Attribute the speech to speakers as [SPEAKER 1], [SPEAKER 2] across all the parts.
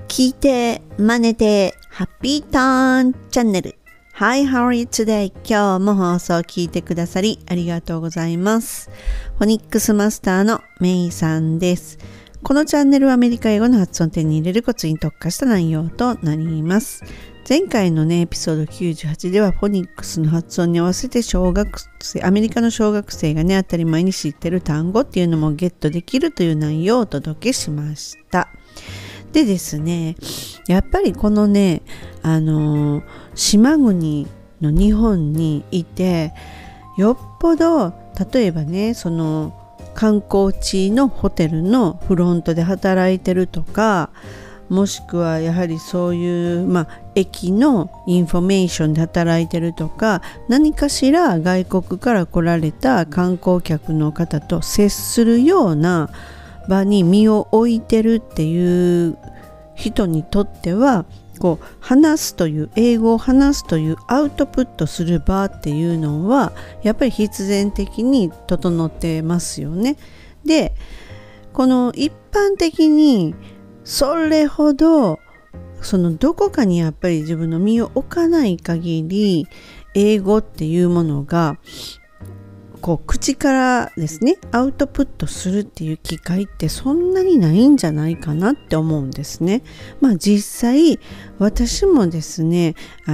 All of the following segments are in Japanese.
[SPEAKER 1] 聞いて、真似て、ハッピーターンチャンネル。Hi, how are you today? 今日も放送を聞いてくださりありがとうございます。フォニックスマスターのメイさんです。このチャンネルはアメリカ英語の発音を手に入れるコツに特化した内容となります。前回のね、エピソード98ではフォニックスの発音に合わせてアメリカの小学生がね、当たり前に知ってる単語っていうのもゲットできるという内容をお届けしました。でですね、やっぱりこのね、島国の日本にいて、よっぽど例えばね、その観光地のホテルのフロントで働いてるとか、もしくはやはりそういう、駅のインフォメーションで働いてるとか、何かしら外国から来られた観光客の方と接するような場に身を置いてるっていう人にとっては、こう英語を話すというアウトプットする場っていうのはやっぱり必然的に整ってますよね。で、この一般的にそれほどどこかにやっぱり自分の身を置かない限り、英語っていうものがこう口からですねアウトプットするっていう機会ってそんなにないんじゃないかなって思うんですね。実際私もですね、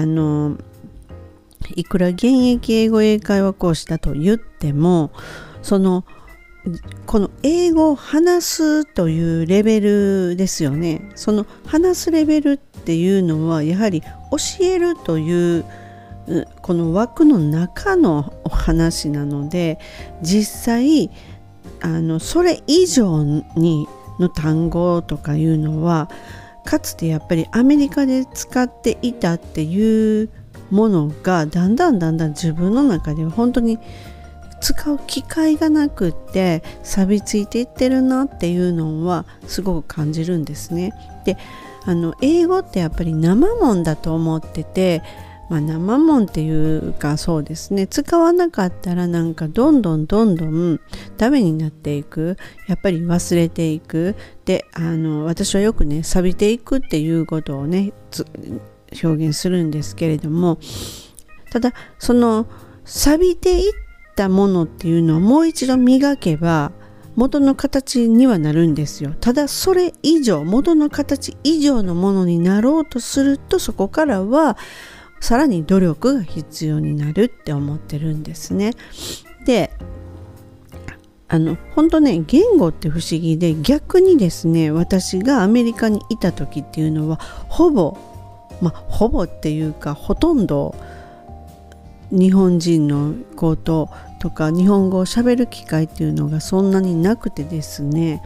[SPEAKER 1] いくら現役英語英会話講師だと言っても、この英語を話すというレベルですよね。その話すレベルっていうのはやはり教えるというこの枠の中のお話なので、実際それ以上の単語とかいうのはかつてやっぱりアメリカで使っていたっていうものがだんだん自分の中では本当に使う機会がなくって錆びついていってるなっていうのはすごく感じるんですね。で、英語ってやっぱり生もんだと思ってて、生もんっていうかそうですね、使わなかったらなんかどんどんダメになっていく、やっぱり忘れていく。で、私はよくね錆びていくっていうことをね表現するんですけれども、ただその錆びていったものっていうのはもう一度磨けば元の形にはなるんですよ。ただそれ以上、元の形以上のものになろうとすると、そこからはさらに努力が必要になるって思ってるんですね。で、本当ね、言語って不思議で、逆にですね、私がアメリカにいた時っていうのはほぼっていうかほとんど日本人の子とか日本語を喋る機会っていうのがそんなになくてですね、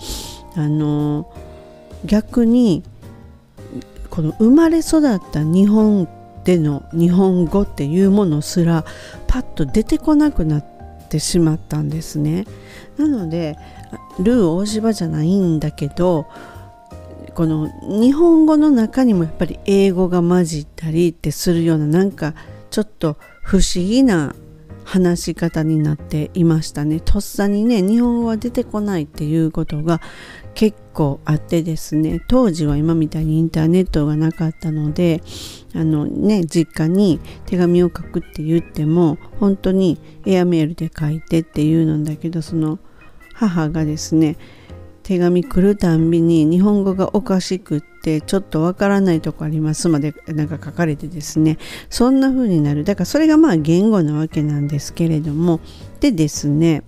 [SPEAKER 1] 逆にこの生まれ育った日本での日本語っていうものすらパッと出てこなくなってしまったんですね。なのでルー大柴じゃないんだけど、この日本語の中にもやっぱり英語が混じったりってするような、なんかちょっと不思議な話し方になっていましたね。とっさにね、日本語は出てこないっていうことが結構あってですね、当時は今みたいにインターネットがなかったので、実家に手紙を書くって言っても本当にエアメールで書いてっていうのだけど、その母がですね、手紙来るたんびに日本語がおかしくってちょっとわからないとこありますまでなんか書かれてですね、そんな風になる。だからそれが言語なわけなんですけれども、でですね、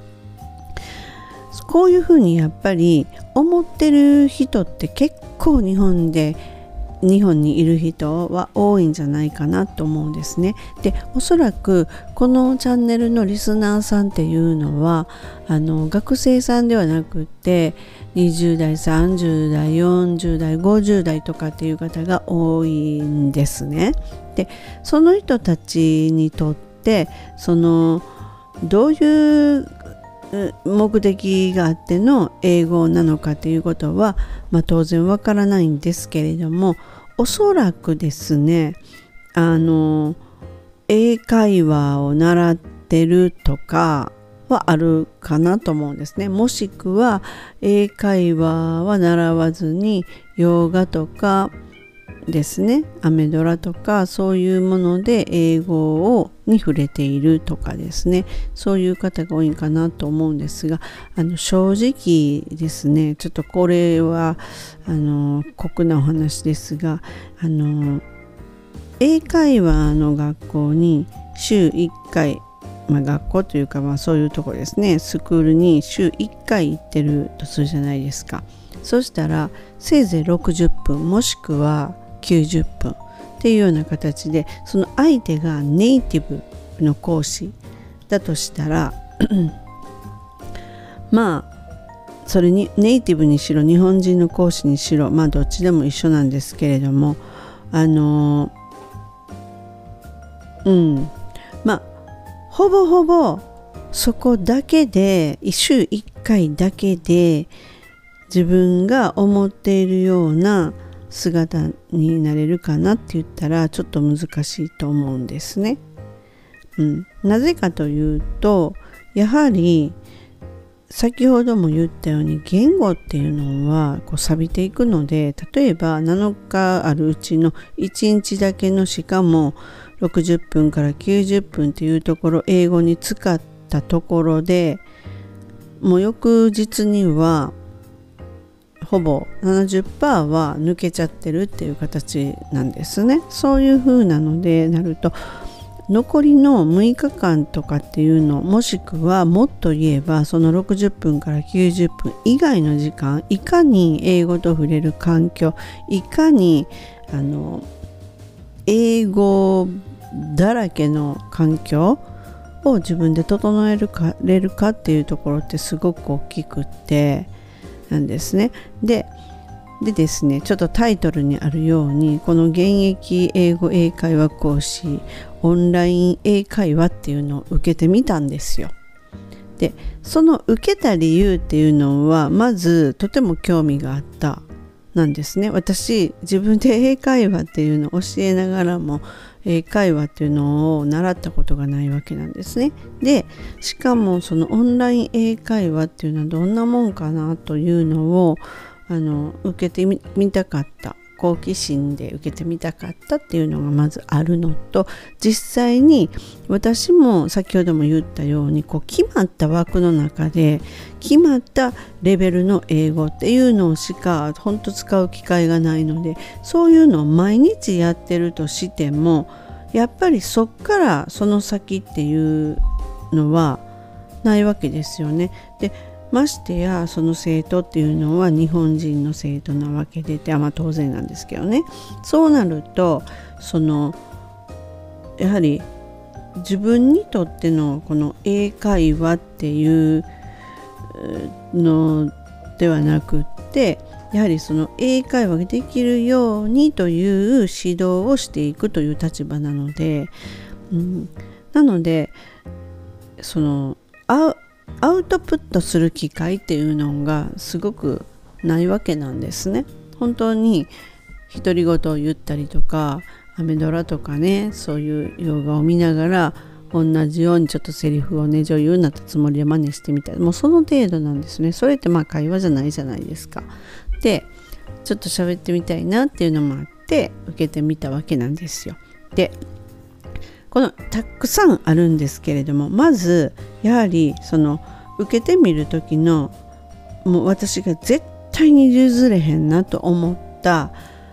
[SPEAKER 1] こういう風にやっぱり思ってる人って結構日本にいる人は多いんじゃないかなと思うんですね。で、おそらくこのチャンネルのリスナーさんっていうのは学生さんではなくて20代、30代、40代、50代とかっていう方が多いんですね。で、その人たちにとってどういう目的があっての英語なのかということは、当然わからないんですけれども、おそらくですね、英会話を習ってるとかはあるかなと思うんですね。もしくは英会話は習わずに洋画とかですね、アメドラとかそういうもので英語に触れているとかですね、そういう方が多いかなと思うんですが、正直ですね、ちょっとこれは酷なお話ですが、英会話の学校に週1回、学校というかそういうところですね、スクールに週1回行ってるとするじゃないですか。そしたらせいぜい60分もしくは90分っていうような形で、その相手がネイティブの講師だとしたらそれにネイティブにしろ日本人の講師にしろどっちでも一緒なんですけれども、ほぼほぼそこだけで週1回だけで自分が思っているような姿になれるかなって言ったらちょっと難しいと思うんですね。なぜかというと、やはり先ほども言ったように言語っていうのは錆びていくので、例えば7日あるうちの1日だけのしかも60分から90分っていうところ英語に使ったところで、もう翌日にはほぼ 70% は抜けちゃってるっていう形なんですね。そういう風なのでなると、残りの6日間とかっていうの、もしくはもっと言えばその60分から90分以外の時間、いかに英語と触れる環境、いかに英語だらけの環境を自分で整えれるかっていうところってすごく大きくってなんですね。でですね、ちょっとタイトルにあるように、この現役英語英会話講師オンライン英会話っていうのを受けてみたんですよ。でその受けた理由っていうのは、まずとても興味があったなんですね。私自分で英会話っていうのを教えながらも英会話っていうのを習ったことがないわけなんですね。でしかもそのオンライン英会話っていうのはどんなもんかなというのを受けてみたかった、好奇心で受けてみたかったっていうのがまずあるのと、実際に私も先ほども言ったように決まった枠の中で決まったレベルの英語っていうのしか本当使う機会がないので、そういうのを毎日やってるとしてもやっぱりそっからその先っていうのはないわけですよね。でましてやその生徒っていうのは日本人の生徒なわけで当然なんですけどね。そうなるとやはり自分にとってのこの英会話っていうのではなくって、やはりその英会話ができるようにという指導をしていくという立場なので、なのでアウトプットする機会っていうのがすごくないわけなんですね。本当に独り言を言ったりとか、アメドラとかね、そういう洋画を見ながら同じようにちょっとセリフをね、女優になったつもりで真似してみたい、もうその程度なんですね。それって会話じゃないじゃないですか。でちょっと喋ってみたいなっていうのもあって受けてみたわけなんですよ。でこのたくさんあるんですけれども、まずやはり受けてみる時のもう私が絶対に譲れへんなと思った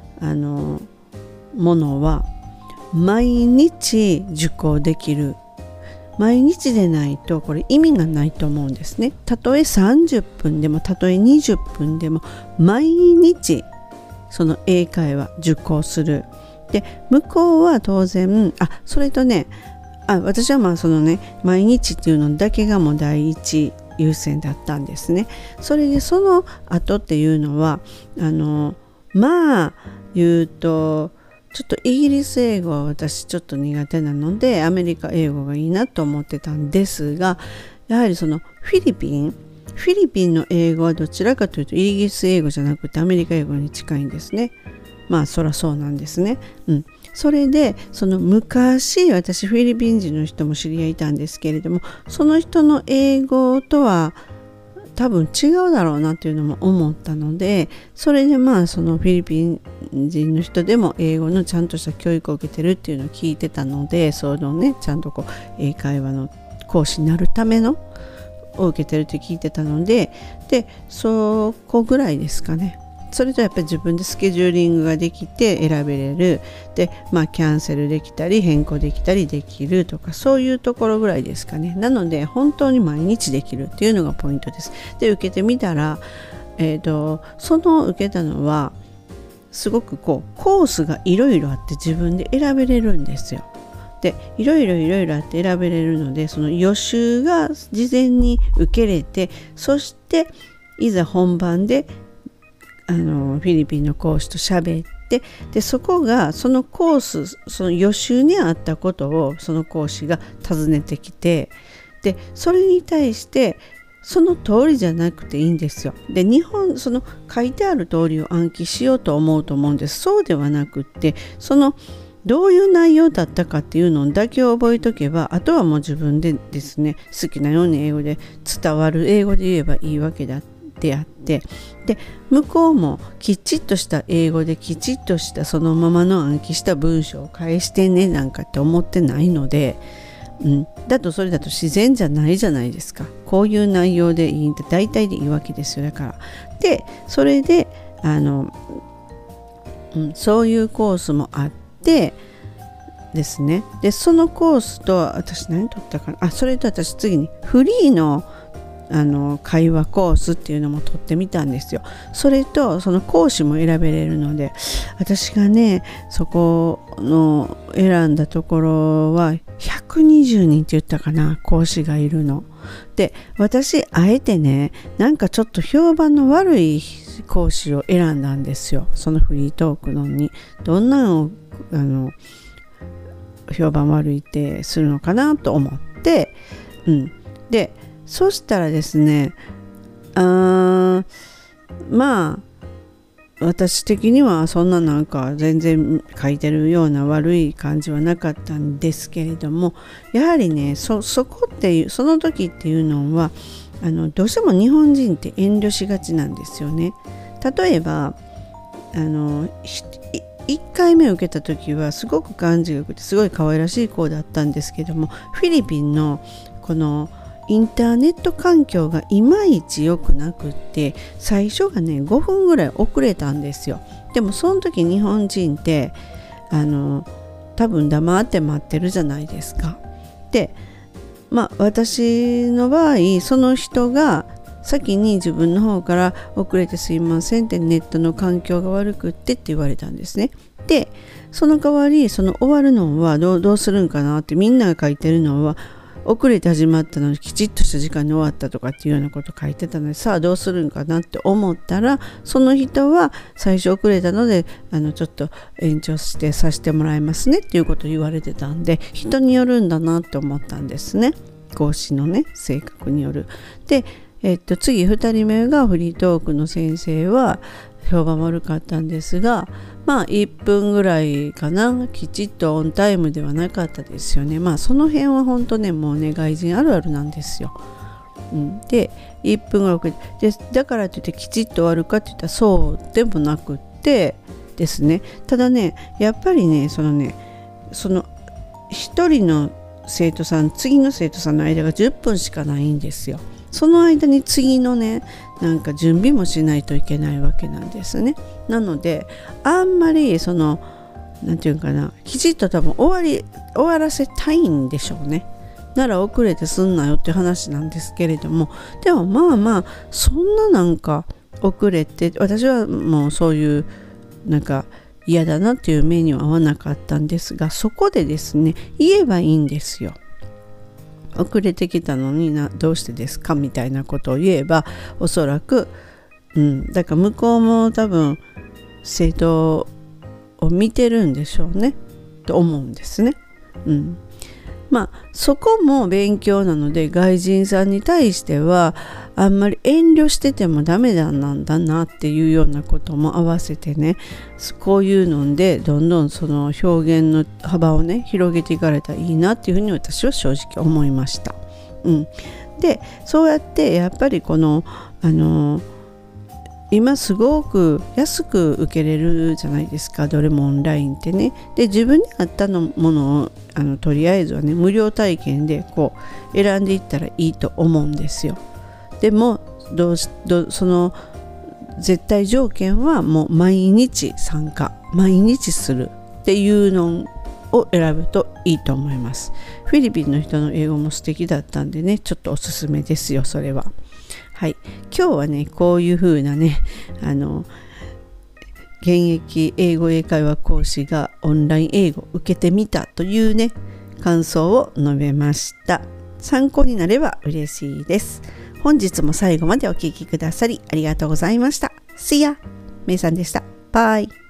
[SPEAKER 1] ものは、毎日受講できる。毎日でないとこれ意味がないと思うんですね。たとえ30分でもたとえ20分でも毎日その英会話受講する。で向こうは当然それとね、私は毎日っていうのだけがもう第一優先だったんですね。それでその後っていうのは言うとちょっとイギリス英語は私ちょっと苦手なのでアメリカ英語がいいなと思ってたんですが、やはりフィリピンの英語はどちらかというとイギリス英語じゃなくてアメリカ英語に近いんですね。そらそうなんですね。それで昔私フィリピン人の人も知り合いたんですけれども、その人の英語とは多分違うだろうなっていうのも思ったので、それでそのフィリピン人の人でも英語のちゃんとした教育を受けてるっていうのを聞いてたので、そのねちゃんと英会話の講師になるためのを受けてるって聞いてたので、そこぐらいですかね。それとやっぱり自分でスケジューリングができて選べれる。で、キャンセルできたり変更できたりできるとか、そういうところぐらいですかね。なので本当に毎日できるっていうのがポイントです。で、受けてみたら、その受けたのはすごくコースがいろいろあって自分で選べれるんですよ。で、いろいろあって選べれるので、その予習が事前に受けれて、そしていざ本番でフィリピンの講師と喋って、でそこがそのコース、その予習にあったことをその講師が尋ねてきて、でそれに対してその通りじゃなくていいんですよ。で、その書いてある通りを暗記しようと思うと思うんです。そうではなくって、そのどういう内容だったかっていうのだけを覚えとけば、あとはもう自分でですね、好きなように英語で伝わる英語で言えばいいわけであって、で向こうもきちっとした英語できちっとしたそのままの暗記した文章を返してねなんかって思ってないので、だとそれだと自然じゃないじゃないですか。こういう内容でいいって大体でいいわけですよ。だからでそれでそういうコースもあってですね。でそのコースと私何取ったかな、それと私次にフリーの会話コースっていうのも取ってみたんですよ。それとその講師も選べれるので、私がねそこの選んだところは120人って言ったかな、講師がいるので、私あえてねなんかちょっと評判の悪い講師を選んだんですよ。そのフリートークのにどんなの評判悪いってするのかなと思って、でそしたらですね、私的にはそんななんか全然書いてるような悪い感じはなかったんですけれども、やはりねそこっていうその時っていうのはどうしても日本人って遠慮しがちなんですよね。例えば1回目受けた時はすごく感じが良くてすごい可愛らしい子だったんですけども、フィリピンのこのインターネット環境がいまいち良くなくって、最初がね5分ぐらい遅れたんですよ。でもその時日本人って多分黙って待ってるじゃないですか。で私の場合その人が先に自分の方から遅れてすいませんって、ネットの環境が悪くってって言われたんですね。でその代わりその終わるのはどうするんかなって、みんなが書いてるのは遅れて始まったのにきちっとした時間に終わったとかっていうようなこと書いてたので、さあどうするんかなって思ったら、その人は最初遅れたのでちょっと延長してさせてもらいますねっていうことを言われてたんで、人によるんだなって思ったんですね、講師のね性格による。で次2人目がフリートークの先生は評判悪かったんですが、1分ぐらいかな、きちっとオンタイムではなかったですよね。その辺は本当ねもうね外人あるあるなんですよ。で1分ぐらい遅れて、だからといってきちっと終わるかっていったらそうでもなくってですね。ただねやっぱりねその1人の生徒さん次の生徒さんの間が10分しかないんですよ。その間に次のねなんか準備もしないといけないわけなんですね。なのであんまりなんていうかな、きちっと多分終わらせたいんでしょうね。なら遅れてすんなよって話なんですけれども、でもそんななんか遅れて、私はもうそういうなんか嫌だなっていう目には合わなかったんですが、そこでですね言えばいいんですよ。遅れてきたのにどうしてですかみたいなことを言えば、おそらく、だから向こうも多分生徒を見てるんでしょうねと思うんですね。そこも勉強なので、外人さんに対してはあんまり遠慮しててもダメなんだなっていうようなことも合わせてね、こういうのでどんどんその表現の幅をね広げていかれたらいいなっていうふうに私は正直思いました。 でそうやってやっぱりこの今すごく安く受けれるじゃないですか、どれもオンラインってね。で自分に合ったものをとりあえずはね無料体験でこう選んでいったらいいと思うんですよ。でもその絶対条件はもう毎日参加、毎日するっていうのを選ぶといいと思います。フィリピンの人の英語も素敵だったんでね、ちょっとおすすめですよ、それは。はい、今日はねこういう風なね現役英語英会話講師がオンライン英語を受けてみたというね感想を述べました。参考になれば嬉しいです。本日も最後までお聞きくださりありがとうございました。See ya! めいさんでした。バイ。